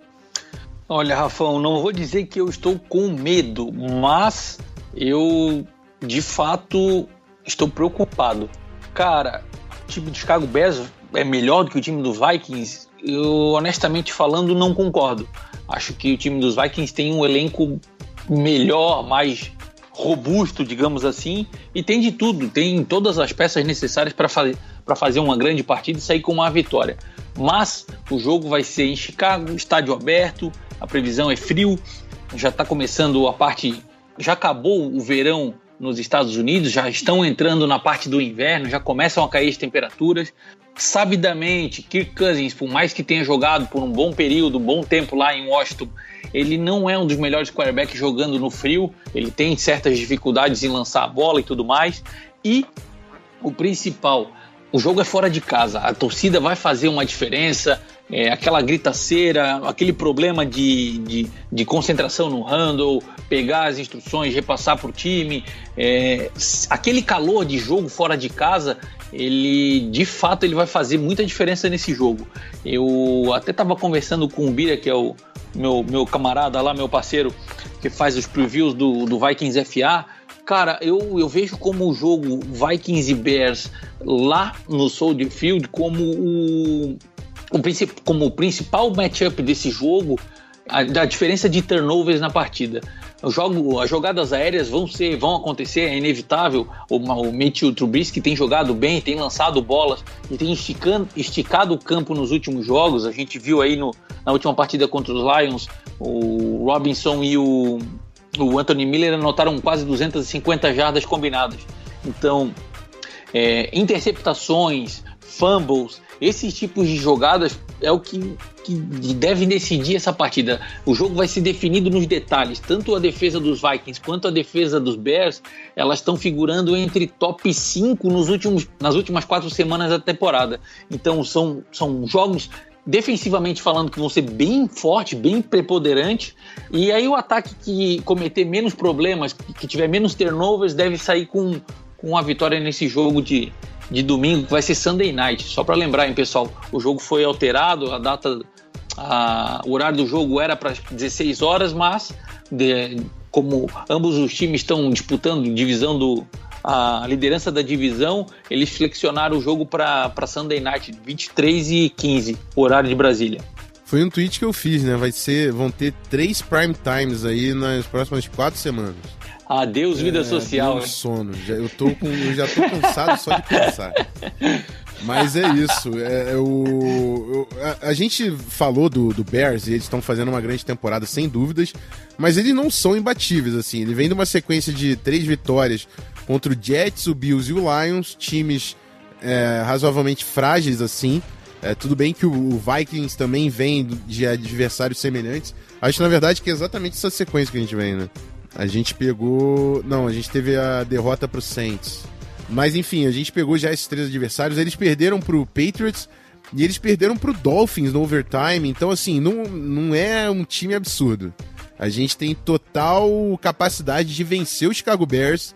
Olha, Rafão, não vou dizer que eu estou com medo, mas eu, de fato, estou preocupado. Cara, o time do Chicago Bears é melhor do que o time dos Vikings? Eu, honestamente falando, não concordo. Acho que o time dos Vikings tem um elenco melhor, mais robusto, digamos assim, e tem de tudo, tem todas as peças necessárias para fazer uma grande partida e sair com uma vitória. Mas o jogo vai ser em Chicago, estádio aberto, a previsão é frio, já está começando a parte, já acabou o verão nos Estados Unidos, já estão entrando na parte do inverno, já começam a cair as temperaturas. Sabidamente, Kirk Cousins, por mais que tenha jogado por um bom período, um bom tempo lá em Washington, ele não é um dos melhores quarterbacks jogando no frio, ele tem certas dificuldades em lançar a bola e tudo mais. E o principal, o jogo é fora de casa, a torcida vai fazer uma diferença, aquela gritaceira, aquele problema de concentração no handle, pegar as instruções, repassar para o time, aquele calor de jogo fora de casa, de fato ele vai fazer muita diferença nesse jogo. Eu até estava conversando com o Bira, que é o meu camarada lá, meu parceiro, que faz os previews do Vikings FA. Cara, eu vejo como o jogo Vikings e Bears lá no Soldier Field como o principal matchup desse jogo, a diferença de turnovers na partida. As jogadas aéreas vão acontecer, é inevitável. O Mitchell Trubisky tem jogado bem, tem lançado bolas e tem esticado o campo nos últimos jogos. A gente viu aí na última partida contra os Lions, o Robinson e o o Anthony Miller anotaram quase 250 jardas combinadas. Então, interceptações, fumbles, esses tipos de jogadas é o que deve decidir essa partida. O jogo vai ser definido nos detalhes. Tanto a defesa dos Vikings quanto a defesa dos Bears, elas estão figurando entre top 5 nas últimas 4 semanas da temporada. Então são jogos, defensivamente falando, que vão ser bem fortes, bem preponderantes. E aí o ataque que cometer menos problemas, que tiver menos turnovers, deve sair com a vitória nesse jogo de domingo, que vai ser Sunday Night. Só para lembrar, hein, pessoal, o jogo foi alterado, o horário do jogo era para 16 horas, mas como ambos os times estão disputando a liderança da divisão, eles flexionaram o jogo para Sunday Night, 23h15, horário de Brasília. Foi um tweet que eu fiz, né? Vão ter 3 prime times aí nas próximas 4 semanas. Adeus, vida social. Adeus, sono. Eu já tô cansado só de pensar. Mas é isso. A gente falou do Bears e eles estão fazendo uma grande temporada, sem dúvidas, mas eles não são imbatíveis, assim. Ele vem de uma sequência de 3 vitórias contra o Jets, o Bills e o Lions, times razoavelmente frágeis, assim. Tudo bem que o Vikings também vem de adversários semelhantes. Acho, na verdade, que é exatamente essa sequência que a gente vem, né? A gente teve a derrota pro Saints. Mas enfim, a gente pegou já esses 3 adversários. Eles perderam pro Patriots e eles perderam pro Dolphins no overtime. Então, assim, não é um time absurdo. A gente tem total capacidade de vencer o Chicago Bears,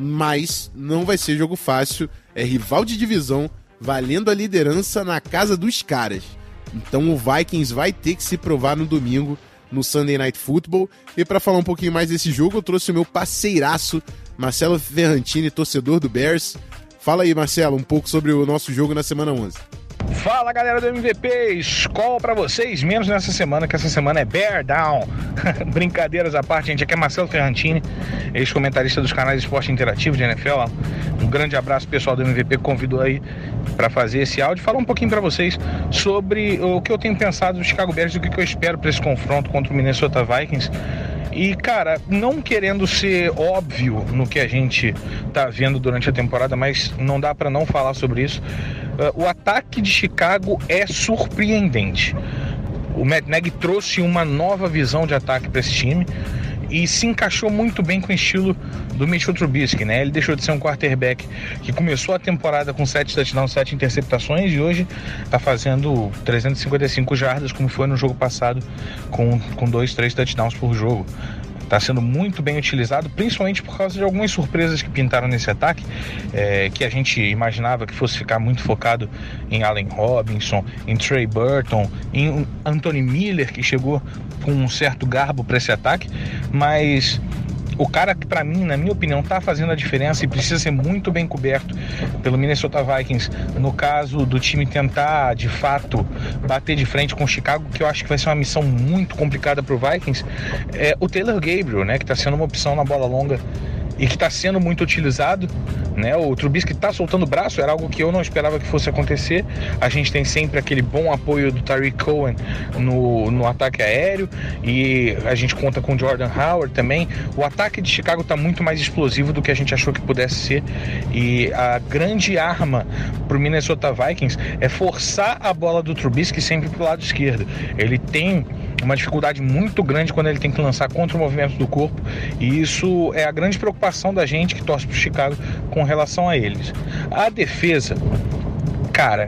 mas não vai ser jogo fácil. É rival de divisão, valendo a liderança na casa dos caras. Então o Vikings vai ter que se provar no domingo, no Sunday Night Football. E para falar um pouquinho mais desse jogo, eu trouxe o meu parceiraço, Marcelo Ferrantini, torcedor do Bears. Fala aí, Marcelo, um pouco sobre o nosso jogo na semana 11. Fala, galera do MVP, escola pra vocês, menos nessa semana, que essa semana é Bear Down. Brincadeiras à parte, gente, aqui é Marcelo Ferrantini, ex-comentarista dos canais de esporte interativo de NFL. Um grande abraço, pessoal do MVP, que convidou aí pra fazer esse áudio, falar um pouquinho pra vocês sobre o que eu tenho pensado do Chicago Bears e o que eu espero pra esse confronto contra o Minnesota Vikings. E, cara, não querendo ser óbvio no que a gente tá vendo durante a temporada, mas não dá pra não falar sobre isso, o ataque de Chicago é surpreendente. O Matt Nagy trouxe uma nova visão de ataque para esse time e se encaixou muito bem com o estilo do Mitchell Trubisky, né? Ele deixou de ser um quarterback que começou a temporada com 7 touchdowns, 7 interceptações, e hoje tá fazendo 355 jardas, como foi no jogo passado, com 2, 3 touchdowns por jogo. Está sendo muito bem utilizado, principalmente por causa de algumas surpresas que pintaram nesse ataque, que a gente imaginava que fosse ficar muito focado em Allen Robinson, em Trey Burton, em Anthony Miller, que chegou com um certo garbo para esse ataque, mas o cara que, para mim, na minha opinião, tá fazendo a diferença e precisa ser muito bem coberto pelo Minnesota Vikings, no caso do time tentar, de fato, bater de frente com o Chicago, que eu acho que vai ser uma missão muito complicada pro Vikings, é o Taylor Gabriel, né, que tá sendo uma opção na bola longa e que está sendo muito utilizado, né? O Trubisky está soltando o braço, era algo que eu não esperava que fosse acontecer. A gente tem sempre aquele bom apoio do Tariq Cohen no ataque aéreo, e a gente conta com o Jordan Howard também. O ataque de Chicago está muito mais explosivo do que a gente achou que pudesse ser, e a grande arma para o Minnesota Vikings é forçar a bola do Trubisky sempre para o lado esquerdo. Ele tem uma dificuldade muito grande quando ele tem que lançar contra o movimento do corpo, e isso é a grande preocupação da gente que torce para o Chicago com relação a eles. A defesa, cara,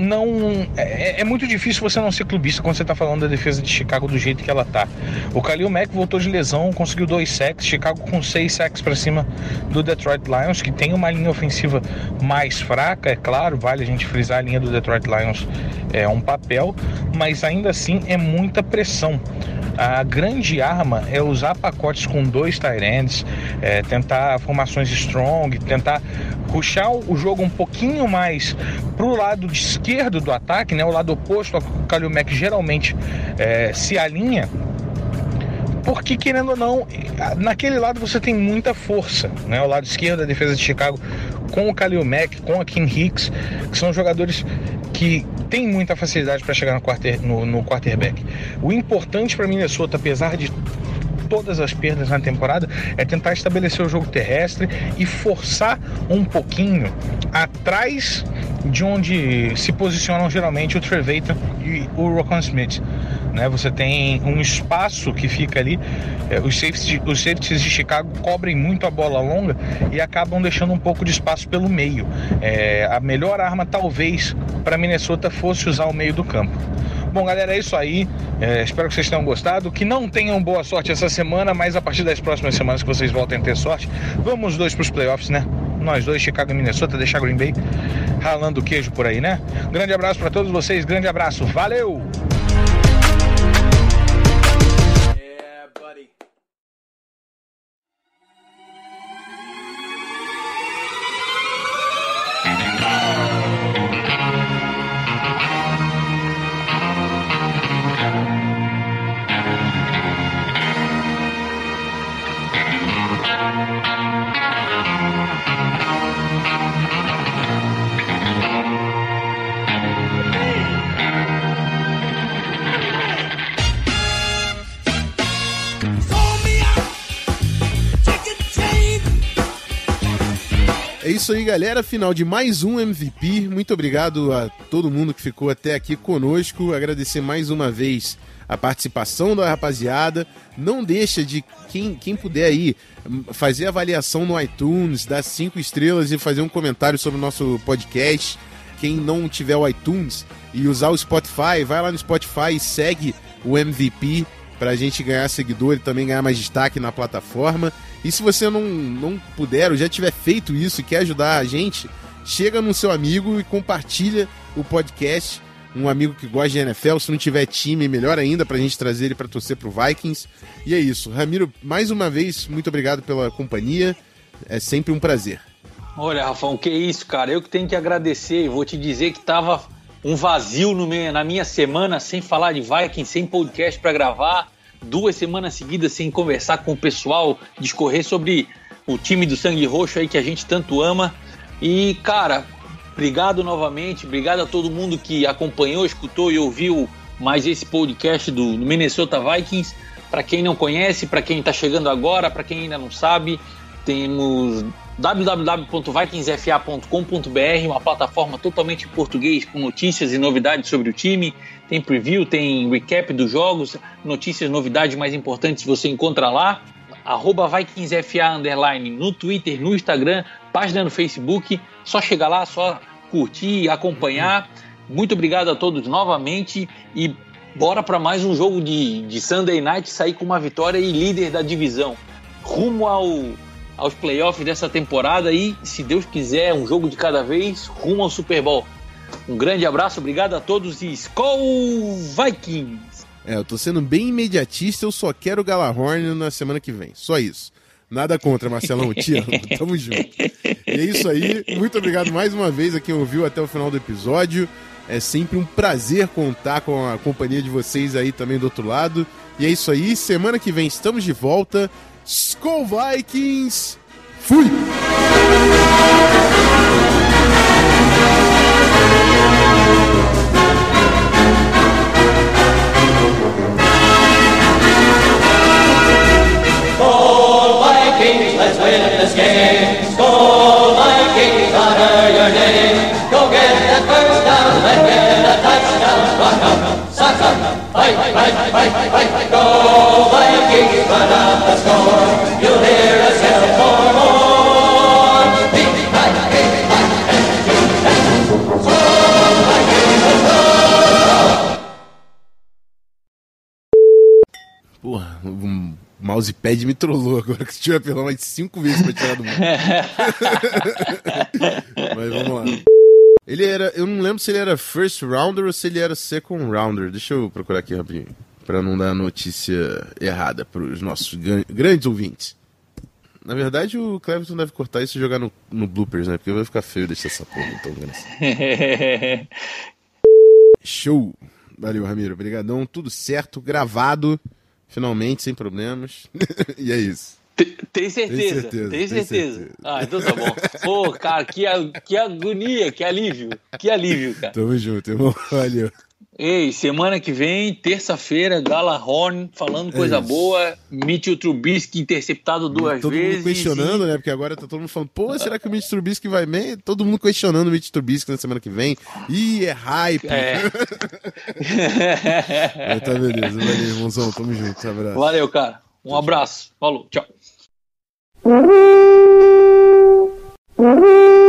não é muito difícil você não ser clubista quando você tá falando da defesa de Chicago do jeito que ela tá. O Khalil Mack voltou de lesão, conseguiu 2 sacks, Chicago com 6 sacks para cima do Detroit Lions, que tem uma linha ofensiva mais fraca, é claro, vale a gente frisar, a linha do Detroit Lions é um papel, mas ainda assim é muita pressão. A grande arma é usar pacotes com 2 tight ends, tentar formações strong, tentar puxar o jogo um pouquinho mais pro lado esquerdo do ataque, né, o lado oposto ao que o Khalil Mack geralmente se alinha, porque, querendo ou não, naquele lado você tem muita força, né, o lado esquerdo da defesa de Chicago, com o Khalil Mack, com a Akiem Hicks, que são jogadores que tem muita facilidade para chegar no quarterback. O importante para Minnesota, apesar de todas as perdas na temporada, é tentar estabelecer o jogo terrestre e forçar um pouquinho atrás de onde se posicionam geralmente o Trevathan e o Roquan Smith, né? Você tem um espaço que fica ali, os safeties de Chicago cobrem muito a bola longa e acabam deixando um pouco de espaço pelo meio. A melhor arma talvez para Minnesota fosse usar o meio do campo. Bom, galera, é isso aí. Espero que vocês tenham gostado. Que não tenham boa sorte essa semana, mas a partir das próximas semanas que vocês voltem a ter sorte, vamos os dois para os playoffs, né? Nós dois, Chicago e Minnesota, deixar Green Bay ralando o queijo por aí, né? Grande abraço para todos vocês, grande abraço, valeu! É isso aí, galera, final de mais um MVP. Muito obrigado a todo mundo que ficou até aqui conosco. Agradecer mais uma vez a participação da rapaziada. Não deixa de, quem puder aí, fazer avaliação no iTunes, dar 5 estrelas e fazer um comentário sobre o nosso podcast. Quem não tiver o iTunes e usar o Spotify, vai lá no Spotify e segue o MVP pra gente ganhar seguidor e também ganhar mais destaque na plataforma. E se você não puder ou já tiver feito isso e quer ajudar a gente, chega no seu amigo e compartilha o podcast. Um amigo que gosta de NFL, se não tiver time, melhor ainda, pra gente trazer ele pra torcer pro Vikings. E é isso. Ramiro, mais uma vez, muito obrigado pela companhia. É sempre um prazer. Olha, Rafão, que isso, cara. Eu que tenho que agradecer. Vou te dizer que tava um vazio na minha semana, sem falar de Vikings, sem podcast pra gravar. 2 semanas seguidas sem conversar com o pessoal, discorrer sobre o time do Sangue Roxo aí que a gente tanto ama. E, cara, obrigado novamente, obrigado a todo mundo que acompanhou, escutou e ouviu mais esse podcast do Minnesota Vikings. Para quem não conhece, para quem está chegando agora, para quem ainda não sabe, temos www.vikingsfa.com.br, uma plataforma totalmente em português com notícias e novidades sobre o time. Tem preview, tem recap dos jogos, notícias, novidades mais importantes você encontra lá. @VikingsFA_ no Twitter, no Instagram, página no Facebook. Só chegar lá, só curtir e acompanhar. Muito obrigado a todos novamente e bora para mais um jogo de Sunday Night, sair com uma vitória e líder da divisão. Rumo aos playoffs dessa temporada e, se Deus quiser, um jogo de cada vez, rumo ao Super Bowl. Um grande abraço, obrigado a todos e Skol Vikings! Eu tô sendo bem imediatista, eu só quero o Galahorn na semana que vem, só isso. Nada contra, Marcelão, te amo, tamo junto. E é isso aí, muito obrigado mais uma vez a quem ouviu até o final do episódio. É sempre um prazer contar com a companhia de vocês aí também do outro lado. E é isso aí, semana que vem estamos de volta. Skol Vikings! Fui! Skol Vikings, let's win this game. Skol Vikings, honor your name. Go get that first down, let's get a touchdown. Rock 'em, sock 'em, fight, fight, fight, fight. Go Vikings, run up the score. You'll hear us yell for more. Beat, fight, beat, fight, and shoot, and Skol Vikings, let's go. Porra, o mousepad me trollou agora, que se tiver pelo mais 5 vezes pra tirar do mundo. Mas vamos lá. Ele era, eu não lembro se ele era first rounder ou se ele era second rounder. Deixa eu procurar aqui rapidinho, pra não dar notícia errada pros nossos grandes ouvintes. Na verdade, o Cleverton deve cortar isso e jogar no bloopers, né? Porque vai ficar feio deixar essa porra tão engraçada. Show! Valeu, Ramiro. Obrigadão. Tudo certo, gravado. Finalmente, sem problemas. E é isso. Tem certeza. Ah, então tá bom. Pô, cara, que agonia, que alívio, cara. Tamo junto, irmão. Valeu. Ei, semana que vem, terça-feira, Gallahorn falando coisa boa, Mitchell Trubisky interceptado duas todo vezes. Todo mundo questionando, né? Porque agora tá todo mundo falando, pô, será que o Mitch Trubisky vai bem? Todo mundo questionando o Mitch Trubisky na semana que vem. Ih, é hype. Tá beleza, valeu, irmãozão, tamo junto, abraço. Valeu, cara. Um abraço. Falou, tchau.